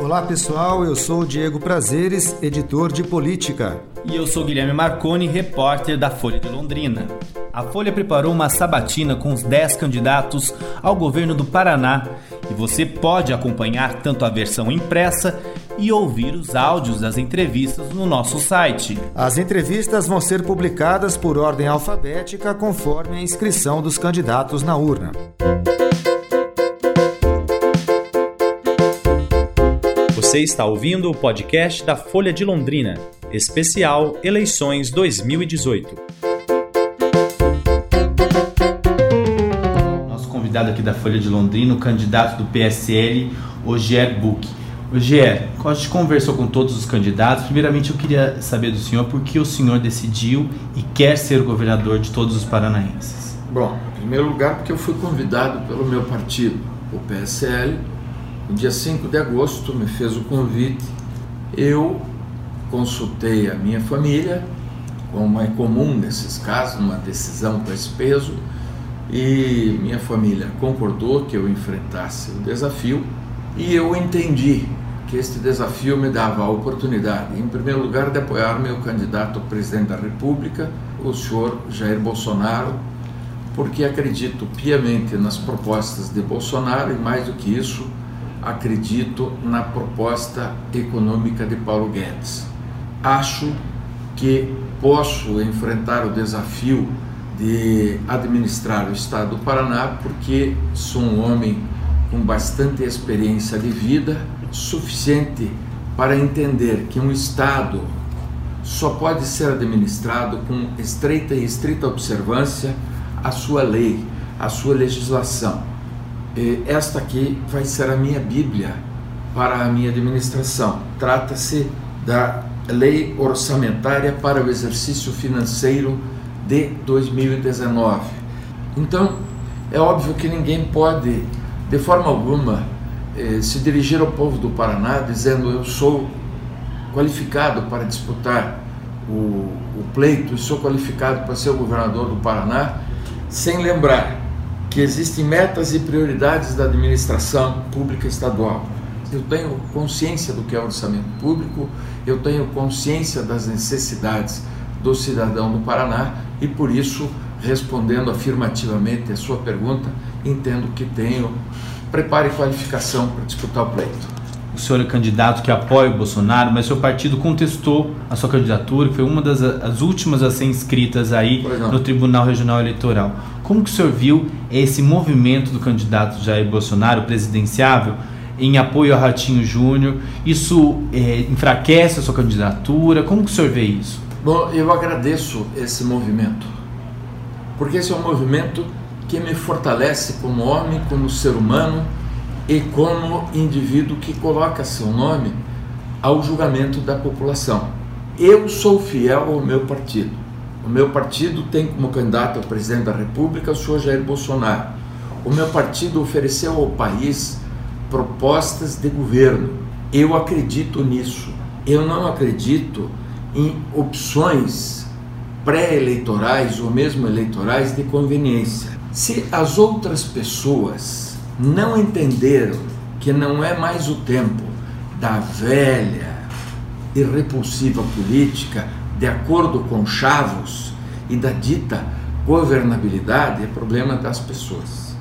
Olá pessoal, eu sou o Diego Prazeres, editor de política. E eu sou Guilherme Marconi, repórter da Folha de Londrina. A Folha preparou uma sabatina com os 10 candidatos ao governo do Paraná e você pode acompanhar tanto a versão impressa e ouvir os áudios das entrevistas no nosso site. As entrevistas vão ser publicadas por ordem alfabética conforme a inscrição dos candidatos na urna. Você está ouvindo o podcast da Folha de Londrina, especial Eleições 2018. Nosso convidado aqui da Folha de Londrina, o candidato do PSL, Ogier Buch. Ogier, a gente conversou com todos os candidatos. Primeiramente, eu queria saber do senhor por que o senhor decidiu e quer ser o governador de todos os paranaenses. Bom, em primeiro lugar, porque eu fui convidado pelo meu partido, o PSL. No dia 5 de agosto me fez o convite, eu consultei a minha família, como é comum nesses casos, uma decisão com esse peso, e minha família concordou que eu enfrentasse o desafio, e eu entendi que este desafio me dava a oportunidade, em primeiro lugar, de apoiar meu candidato a presidente da República, o senhor Jair Bolsonaro, porque acredito piamente nas propostas de Bolsonaro e, mais do que isso, acredito na proposta econômica de Paulo Guedes. Acho que posso enfrentar o desafio de administrar o estado do Paraná porque sou um homem com bastante experiência de vida, suficiente para entender que um estado só pode ser administrado com estreita e estrita observância à sua lei, à sua legislação. Esta aqui vai ser a minha Bíblia para a minha administração. Trata-se da Lei Orçamentária para o Exercício Financeiro de 2019. Então, é óbvio que ninguém pode, de forma alguma, se dirigir ao povo do Paraná dizendo eu sou qualificado para disputar o pleito, eu sou qualificado para ser o governador do Paraná, sem lembrar que existem metas e prioridades da administração pública estadual. Eu tenho consciência do que é orçamento público, eu tenho consciência das necessidades do cidadão do Paraná e, por isso, respondendo afirmativamente a sua pergunta, entendo que tenho preparo e qualificação para disputar o pleito. O senhor é candidato que apoia o Bolsonaro, mas seu partido contestou a sua candidatura, que foi uma das últimas a ser inscritas aí no Tribunal Regional Eleitoral. Como que o senhor viu esse movimento do candidato Jair Bolsonaro, presidenciável, em apoio a Ratinho Júnior? Isso enfraquece a sua candidatura? Como que o senhor vê isso? Bom, eu agradeço esse movimento, porque esse é um movimento que me fortalece como homem, como ser humano, e como indivíduo que coloca seu nome ao julgamento da população. Eu sou fiel ao meu partido. O meu partido tem como candidato ao presidente da República o senhor Jair Bolsonaro. O meu partido ofereceu ao país propostas de governo. Eu acredito nisso. Eu não acredito em opções pré-eleitorais ou mesmo eleitorais de conveniência. Se as outras pessoas não entenderam que não é mais o tempo da velha e repulsiva política de acordo com chavos e da dita governabilidade, é problema das pessoas.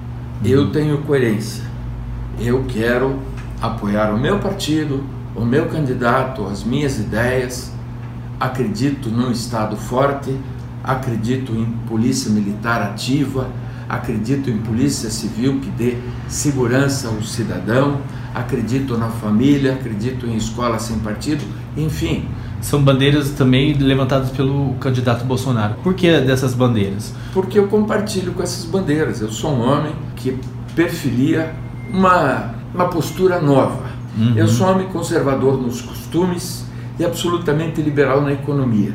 Eu tenho coerência. Eu quero apoiar o meu partido, o meu candidato, as minhas ideias. Acredito num Estado forte, acredito em polícia militar ativa, acredito em polícia civil que dê segurança ao cidadão, acredito na família, acredito em escola sem partido, enfim. São bandeiras também levantadas pelo candidato Bolsonaro. Por que dessas bandeiras? Porque eu compartilho com essas bandeiras. Eu sou um homem que perfilia uma postura nova. Eu sou um homem conservador nos costumes e absolutamente liberal na economia.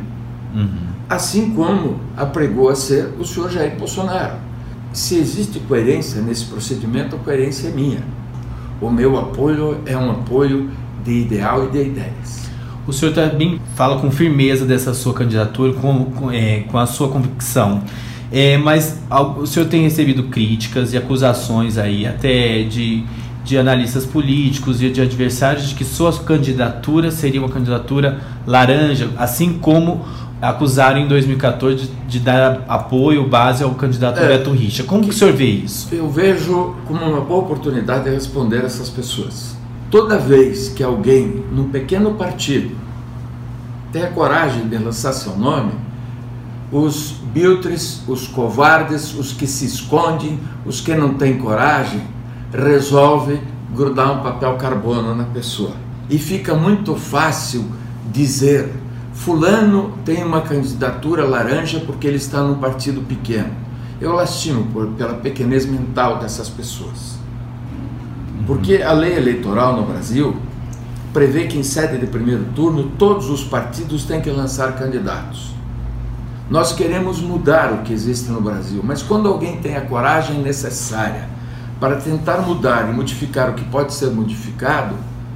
Assim como apregou a ser o senhor Jair Bolsonaro. Se existe coerência nesse procedimento, a coerência é minha. O meu apoio é um apoio de ideal e de ideias. O senhor também fala com firmeza dessa sua candidatura, com a sua convicção. Mas o senhor tem recebido críticas e acusações aí, até de de analistas políticos e de adversários de que sua candidatura seria uma candidatura laranja, assim como acusaram em 2014 de dar apoio, base ao candidato Beto Richa. Como que o senhor vê isso? Eu vejo como uma boa oportunidade de responder a essas pessoas. Toda vez que alguém, num pequeno partido, tem a coragem de lançar seu nome, os biltres, os covardes, os que se escondem, os que não têm coragem, resolvem grudar um papel carbono na pessoa. E fica muito fácil dizer: fulano tem uma candidatura laranja porque ele está num partido pequeno. Eu lastimo pela pequenez mental dessas pessoas. Porque a lei eleitoral no Brasil prevê que em sede de primeiro turno todos os partidos têm que lançar candidatos. Nós queremos mudar o que existe no Brasil, mas quando alguém tem a coragem necessária para tentar mudar e modificar o que pode ser modificado,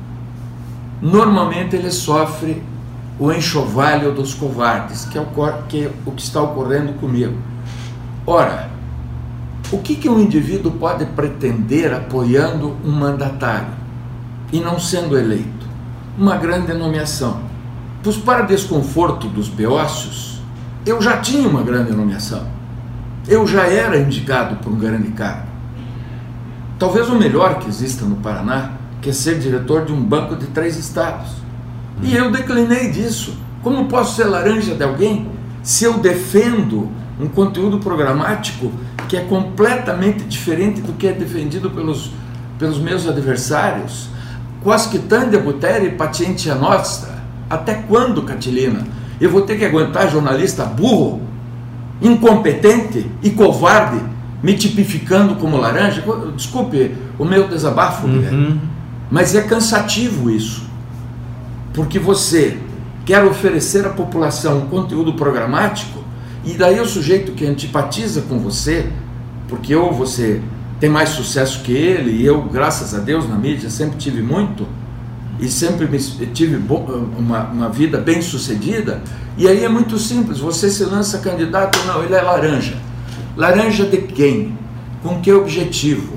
normalmente ele sofre o enxovalho dos covardes, que é o que está ocorrendo comigo. Ora, o que um indivíduo pode pretender apoiando um mandatário e não sendo eleito? Uma grande nomeação. Pois, para desconforto dos beócios, eu já tinha uma grande nomeação. Eu já era indicado por um grande cargo. Talvez o melhor que exista no Paraná, que é ser diretor de um banco de 3 estados. E eu declinei disso. Como posso ser laranja de alguém se eu defendo um conteúdo programático que é completamente diferente do que é defendido pelos meus adversários? Quasi tande butere patientia nostra. Até quando, Catilina, eu vou ter que aguentar jornalista burro, incompetente e covarde me tipificando como laranja? Desculpe o meu desabafo, mas é cansativo isso. Porque você quer oferecer à população um conteúdo programático e daí o sujeito que antipatiza com você, porque ou você tem mais sucesso que ele, e eu, graças a Deus, na mídia sempre tive muito, e sempre tive uma vida bem sucedida, e aí é muito simples, você se lança candidato, não, ele é laranja. Laranja de quem? Com que objetivo?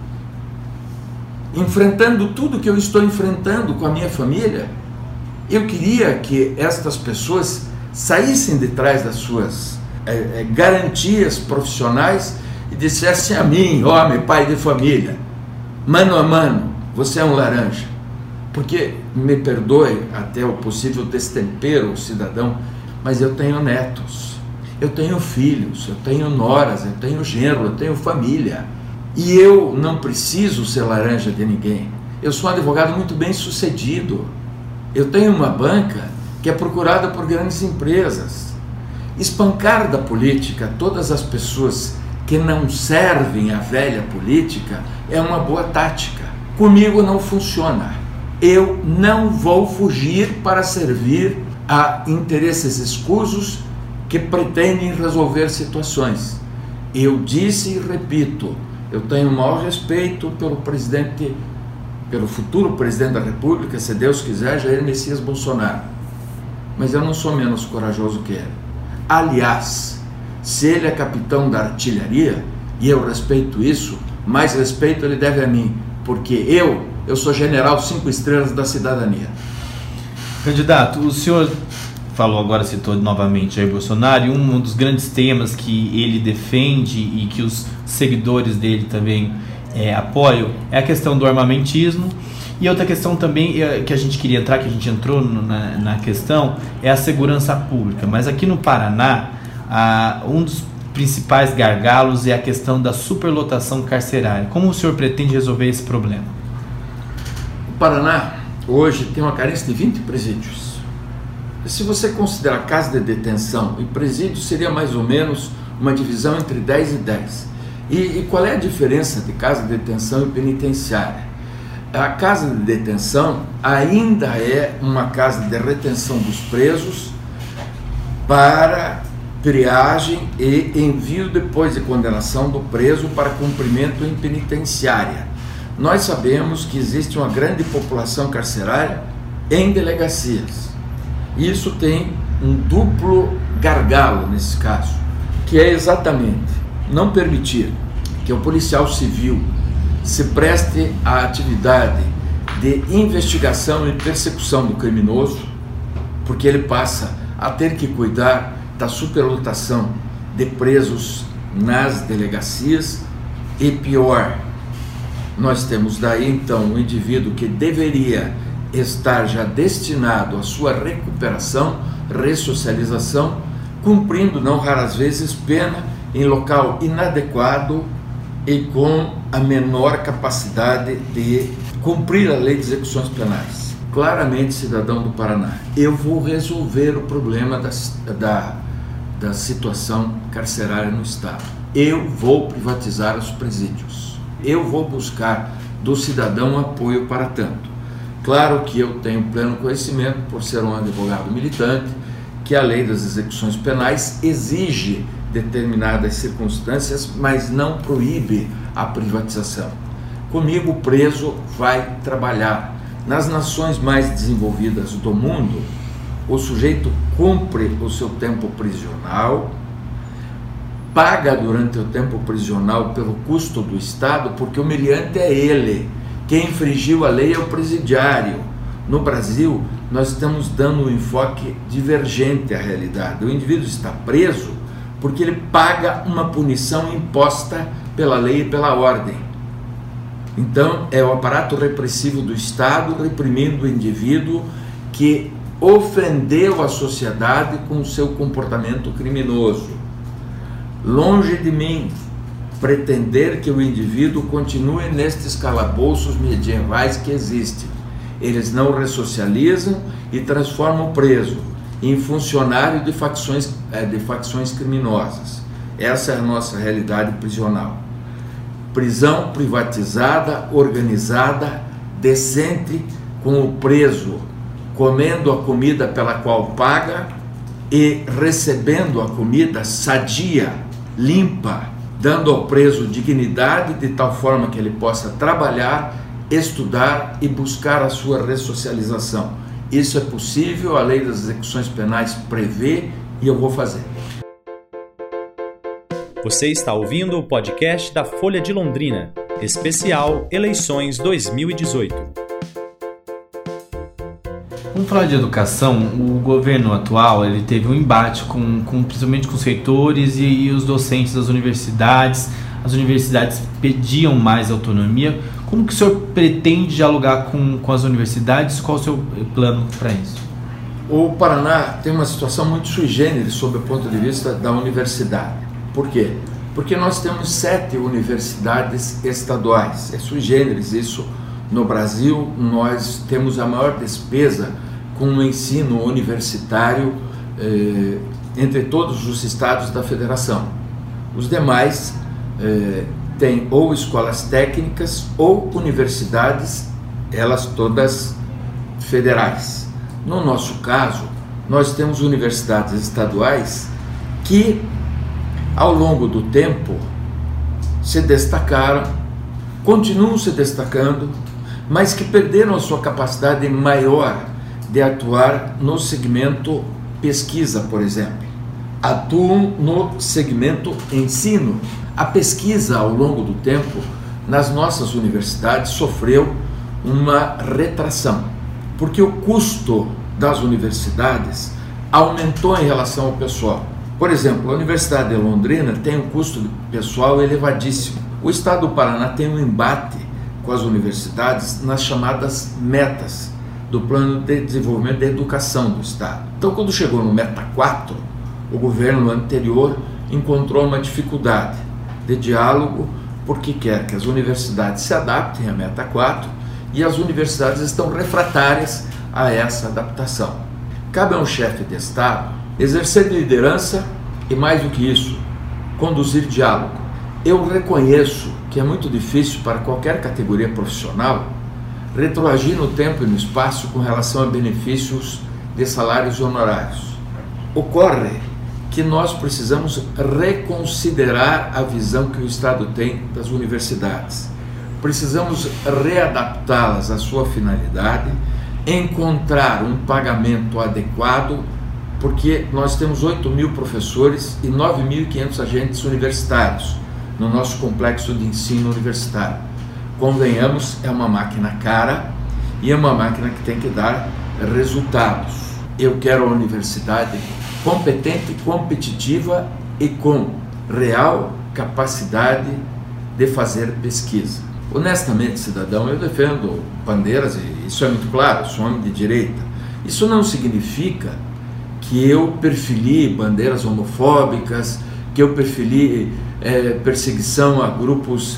Enfrentando tudo que eu estou enfrentando com a minha família, eu queria que estas pessoas saíssem de trás das suas garantias profissionais e dissessem a mim, homem, pai de família, mano a mano, você é um laranja. Porque, me perdoe até o possível destempero ao cidadão, mas eu tenho netos, eu tenho filhos, eu tenho noras, eu tenho genro, eu tenho família. E eu não preciso ser laranja de ninguém. Eu sou um advogado muito bem sucedido. Eu tenho uma banca que é procurada por grandes empresas. Espancar da política todas as pessoas que não servem à velha política é uma boa tática. Comigo não funciona. Eu não vou fugir para servir a interesses escusos que pretendem resolver situações. Eu disse e repito, eu tenho o maior respeito pelo presidente, pelo futuro presidente da República, se Deus quiser, Jair Messias Bolsonaro. Mas eu não sou menos corajoso que ele. Aliás, se ele é capitão da artilharia, e eu respeito isso, mais respeito ele deve a mim, porque eu sou general 5 estrelas da cidadania. Candidato, o senhor falou agora, citou novamente Jair Bolsonaro, e um dos grandes temas que ele defende e que os seguidores dele também apoiam é a questão do armamentismo. E outra questão também que a gente queria entrar, que a gente entrou na questão, é a segurança pública. Mas aqui no Paraná, um dos principais gargalos é a questão da superlotação carcerária. Como o senhor pretende resolver esse problema? O Paraná hoje tem uma carência de 20 presídios. Se você considerar casa de detenção e presídio, seria mais ou menos uma divisão entre 10 e 10. E qual é a diferença de casa de detenção e penitenciária? A casa de detenção ainda é uma casa de retenção dos presos para triagem e envio depois de condenação do preso para cumprimento em penitenciária. Nós sabemos que existe uma grande população carcerária em delegacias. Isso tem um duplo gargalo nesse caso, que é exatamente não permitir que o policial civil se preste à atividade de investigação e persecução do criminoso, porque ele passa a ter que cuidar da superlotação de presos nas delegacias e pior, nós temos daí então um indivíduo que deveria estar já destinado à sua recuperação, ressocialização, cumprindo não raras vezes pena em local inadequado e com a menor capacidade de cumprir a lei de execuções penais. Claramente, cidadão do Paraná, eu vou resolver o problema da situação carcerária no Estado. Eu vou privatizar os presídios. Eu vou buscar do cidadão apoio para tanto. Claro que eu tenho pleno conhecimento, por ser um advogado militante, que a lei das execuções penais exige determinadas circunstâncias, mas não proíbe a privatização. Comigo, o preso vai trabalhar. Nas nações mais desenvolvidas do mundo, o sujeito cumpre o seu tempo prisional, paga durante o tempo prisional pelo custo do Estado, porque o meliante é ele. Quem infringiu a lei é o presidiário. No Brasil, nós estamos dando um enfoque divergente à realidade. O indivíduo está preso porque ele paga uma punição imposta pela lei e pela ordem. Então, é o aparato repressivo do Estado reprimindo o indivíduo que ofendeu a sociedade com o seu comportamento criminoso. Longe de mim pretender que o indivíduo continue nestes calabouços medievais que existem. Eles não ressocializam e transformam o preso em funcionário de facções criminosas. Essa é a nossa realidade prisional. Prisão privatizada, organizada, decente, com o preso comendo a comida pela qual paga e recebendo a comida sadia, limpa, dando ao preso dignidade de tal forma que ele possa trabalhar, estudar e buscar a sua ressocialização. Isso é possível, a lei das execuções penais prevê e eu vou fazer. Você está ouvindo o podcast da Folha de Londrina, especial Eleições 2018. Vamos falar de educação. O governo atual ele teve um embate principalmente com os reitores e os docentes das universidades. As universidades pediam mais autonomia. Como que o senhor pretende dialogar com as universidades? Qual o seu plano para isso? O Paraná tem uma situação muito sui generis sob o ponto de vista da universidade. Por quê? Porque nós temos 7 universidades estaduais. É sui generis isso. No Brasil, nós temos a maior despesa com o ensino universitário entre todos os estados da federação. Os demais têm ou escolas técnicas ou universidades, elas todas federais. No nosso caso, nós temos universidades estaduais que, ao longo do tempo, se destacaram, continuam se destacando, mas que perderam a sua capacidade maior de atuar no segmento pesquisa, por exemplo. Atuam no segmento ensino. A pesquisa, ao longo do tempo, nas nossas universidades, sofreu uma retração, porque o custo das universidades aumentou em relação ao pessoal. Por exemplo, a Universidade de Londrina tem um custo pessoal elevadíssimo. O Estado do Paraná tem um embate com as universidades nas chamadas metas do Plano de Desenvolvimento da Educação do Estado. Então, quando chegou no Meta 4, o governo anterior encontrou uma dificuldade de diálogo, porque quer que as universidades se adaptem à Meta 4 e as universidades estão refratárias a essa adaptação. Cabe a um chefe de Estado exercer liderança e, mais do que isso, conduzir diálogo. Eu reconheço que é muito difícil para qualquer categoria profissional retroagir no tempo e no espaço com relação a benefícios de salários e honorários. Ocorre que nós precisamos reconsiderar a visão que o Estado tem das universidades. Precisamos readaptá-las à sua finalidade, encontrar um pagamento adequado, porque nós temos 8.000 professores e 9.500 agentes universitários no nosso complexo de ensino universitário. convenhamos, é uma máquina cara e é uma máquina que tem que dar resultados. Eu quero uma universidade competente, competitiva e com real capacidade de fazer pesquisa. Honestamente, cidadão, eu defendo bandeiras, e isso é muito claro, sou homem de direita. Isso não significa que eu perfili bandeiras homofóbicas, que eu perfili perseguição a grupos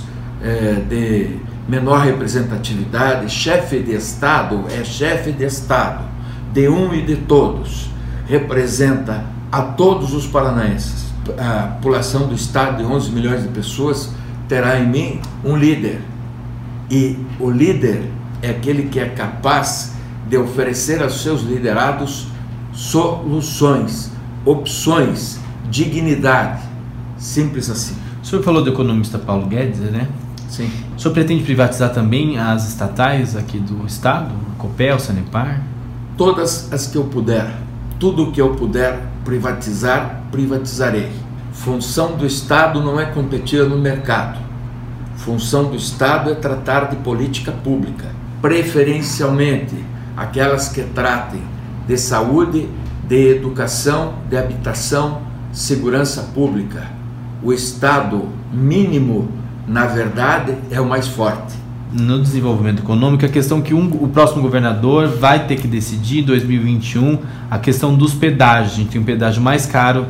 de menor representatividade. Chefe de Estado é chefe de Estado, de um e de todos, representa a todos os paranaenses. A população do Estado de 11 milhões de pessoas terá em mim um líder, e o líder é aquele que é capaz de oferecer aos seus liderados soluções, opções, dignidade, simples assim. O senhor falou do economista Paulo Guedes, né? Sim. O senhor pretende privatizar também as estatais aqui do Estado? Copel, Sanepar? Todas as que eu puder, tudo o que eu puder privatizar, privatizarei. Função do Estado não é competir no mercado. Função do Estado é tratar de política pública, preferencialmente aquelas que tratem de saúde, de educação, de habitação, segurança pública. O Estado mínimo, na verdade, é o mais forte. No desenvolvimento econômico, a questão que o próximo governador vai ter que decidir em 2021, a questão dos pedágios. A gente tem um pedágio mais caro,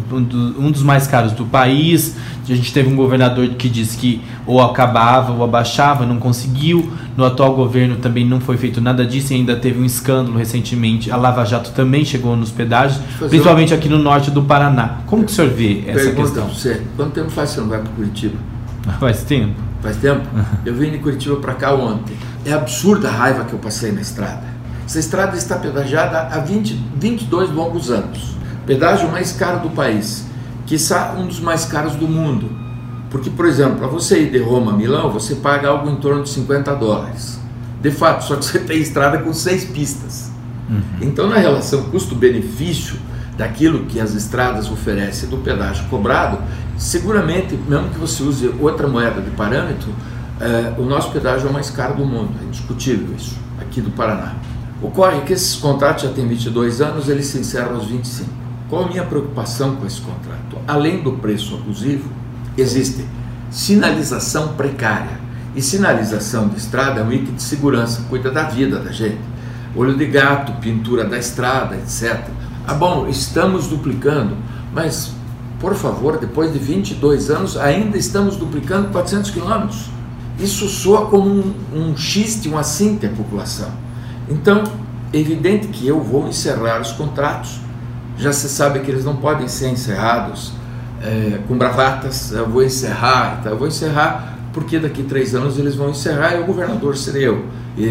um dos mais caros do país. A gente teve um governador que disse que ou acabava ou abaixava, não conseguiu. No atual governo também não foi feito nada disso, e ainda teve um escândalo recentemente. A Lava Jato também chegou nos pedágios, principalmente aqui no norte do Paraná. Como que o senhor vê essa questão? Você, quanto tempo faz que você não vai para Curitiba? Faz tempo. Faz tempo? Eu vim de Curitiba para cá ontem. É absurda a raiva que eu passei na estrada. Essa estrada está pedagiada há 22 longos anos. Pedágio mais caro do país, quiçá um dos mais caros do mundo. Porque, por exemplo, para você ir de Roma a Milão, você paga algo em torno de $50. De fato, só que você tem estrada com 6 pistas. Então, na relação custo-benefício daquilo que as estradas oferecem do pedágio cobrado, seguramente, mesmo que você use outra moeda de parâmetro, o nosso pedágio é o mais caro do mundo. É indiscutível isso, aqui do Paraná. Ocorre que esses contratos já têm 22 anos, eles se encerram aos 25. Qual a minha preocupação com esse contrato? Além do preço abusivo, existe sinalização precária. E sinalização de estrada é um item de segurança, cuida da vida da gente. Olho de gato, pintura da estrada, etc. Ah, bom, estamos duplicando, mas, por favor, depois de 22 anos, ainda estamos duplicando 400 quilômetros. Isso soa como um xiste, um assinte à população. Então, é evidente que eu vou encerrar os contratos. Já se sabe que eles não podem ser encerrados com bravatas. Eu vou encerrar porque daqui 3 anos eles vão encerrar e o governador serei eu.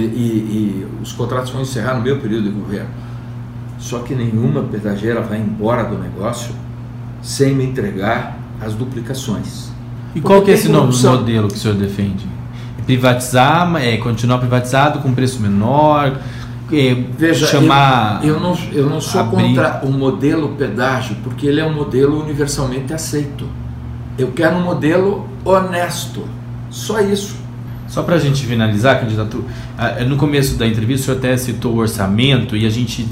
E os contratos vão encerrar no meu período de governo. Só que nenhuma pedageira vai embora do negócio sem me entregar as duplicações. E qual que é esse novo modelo que o senhor defende? Privatizar, continuar privatizado com preço menor, veja, chamar... Eu não sou contra o modelo pedágio, porque ele é um modelo universalmente aceito. Eu quero um modelo honesto, só isso. Só para a gente finalizar, candidato, no começo da entrevista o senhor até citou o orçamento, e a gente,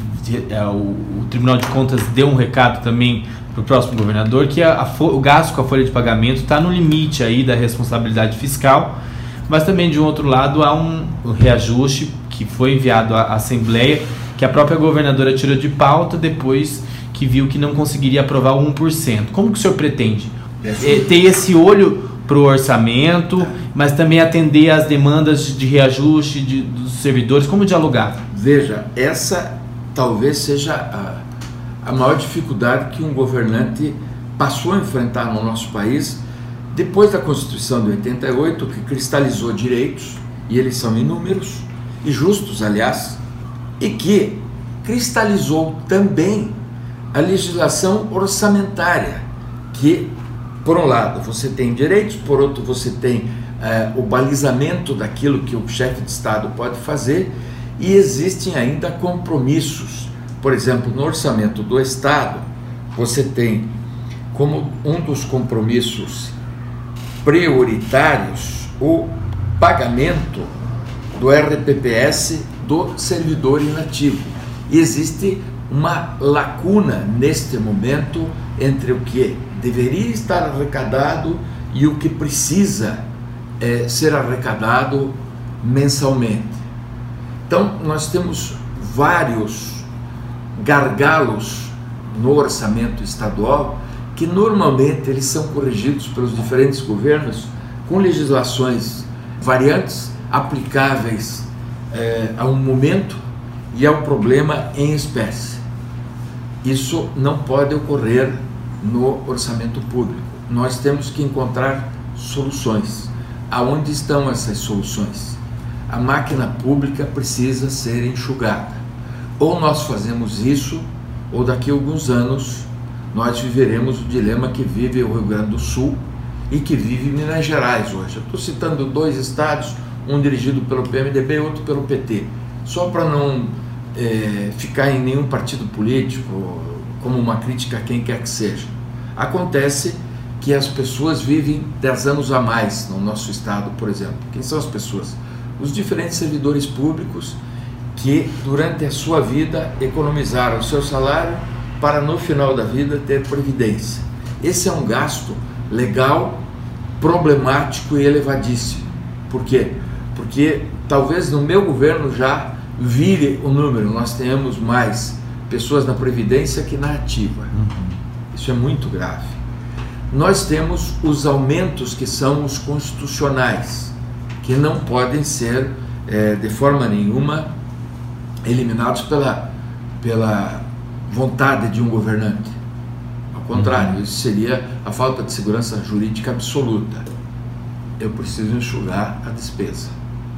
o Tribunal de Contas deu um recado também para o próximo governador, que o gasto com a folha de pagamento está no limite aí da responsabilidade fiscal, mas também de um outro lado há um reajuste que foi enviado à Assembleia, que a própria governadora tirou de pauta depois que viu que não conseguiria aprovar o 1%. Como que o senhor pretende ter esse olho para o orçamento, mas também atender às demandas de reajuste dos servidores? Como dialogar? Veja, essa talvez seja a maior dificuldade que um governante passou a enfrentar no nosso país depois da Constituição de 88, que cristalizou direitos, e eles são inúmeros e justos, aliás, e que cristalizou também a legislação orçamentária, que, por um lado, você tem direitos, por outro, você tem o balizamento daquilo que o chefe de Estado pode fazer, e existem ainda compromissos. Por exemplo, no orçamento do Estado, você tem como um dos compromissos prioritários o pagamento do RPPS do servidor inativo. E existe uma lacuna neste momento entre o que deveria estar arrecadado e o que precisa ser arrecadado mensalmente. Então, nós temos vários gargalos no orçamento estadual que normalmente eles são corrigidos pelos diferentes governos com legislações variantes, aplicáveis a um momento e ao problema em espécie. Isso não pode ocorrer no orçamento público. Nós temos que encontrar soluções. Aonde estão essas soluções? A máquina pública precisa ser enxugada. Ou nós fazemos isso, ou daqui a alguns anos nós viveremos o dilema que vive o Rio Grande do Sul e que vive Minas Gerais hoje. Eu estou citando 2 estados, um dirigido pelo PMDB e outro pelo PT, só para não ficar em nenhum partido político como uma crítica a quem quer que seja. Acontece que as pessoas vivem 10 anos a mais no nosso estado, por exemplo. Quem são as pessoas? Os diferentes servidores públicos que durante a sua vida economizaram o seu salário para no final da vida ter previdência. Esse é um gasto legal, problemático e elevadíssimo. Por quê? Porque talvez no meu governo já vire o número, nós tenhamos mais pessoas na previdência que na ativa. Isso é muito grave. Nós temos os aumentos que são os constitucionais, que não podem ser de forma nenhuma eliminados pela vontade de um governante. Ao contrário, isso seria a falta de segurança jurídica absoluta. Eu preciso enxugar a despesa.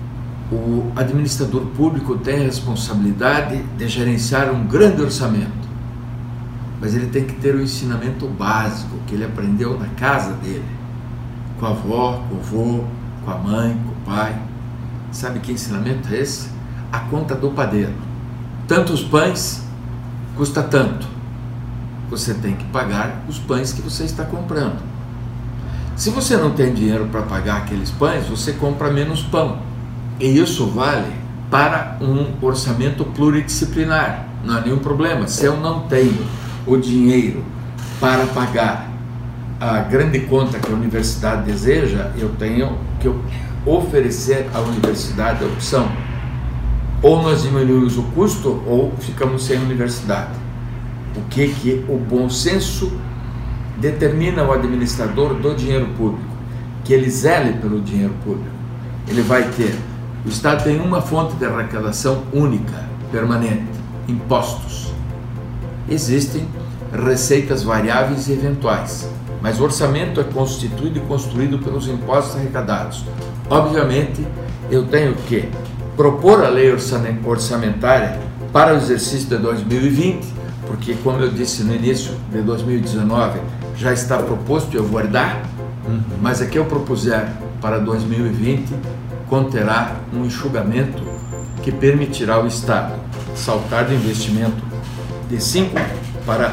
O administrador público tem a responsabilidade de gerenciar um grande orçamento, mas ele tem que ter o ensinamento básico que ele aprendeu na casa dele, com a avó, com o avô, com a mãe, com o pai. Sabe que ensinamento é esse? A conta do padeiro. Tantos pães custa tanto. Você tem que pagar os pães que você está comprando. Se você não tem dinheiro para pagar aqueles pães, você compra menos pão. E isso vale para um orçamento pluridisciplinar. Não há nenhum problema. Se eu não tenho o dinheiro para pagar a grande conta que a universidade deseja, eu tenho que oferecer à universidade a opção. Ou nós diminuímos o custo, ou ficamos sem universidade. O que o bom senso determina ao administrador do dinheiro público? Que ele zele pelo dinheiro público. Ele vai ter... O Estado tem uma fonte de arrecadação única, permanente: impostos. Existem receitas variáveis e eventuais, mas o orçamento é constituído e construído pelos impostos arrecadados. Obviamente, eu tenho que propor a lei orçamentária para o exercício de 2020, porque, como eu disse no início de 2019, já está proposto e eu vou herdar, mas a que eu propuser para 2020 conterá um enxugamento que permitirá ao Estado saltar do investimento de 5% para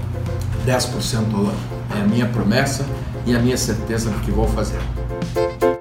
10% ao ano. É a minha promessa e a minha certeza do que vou fazer.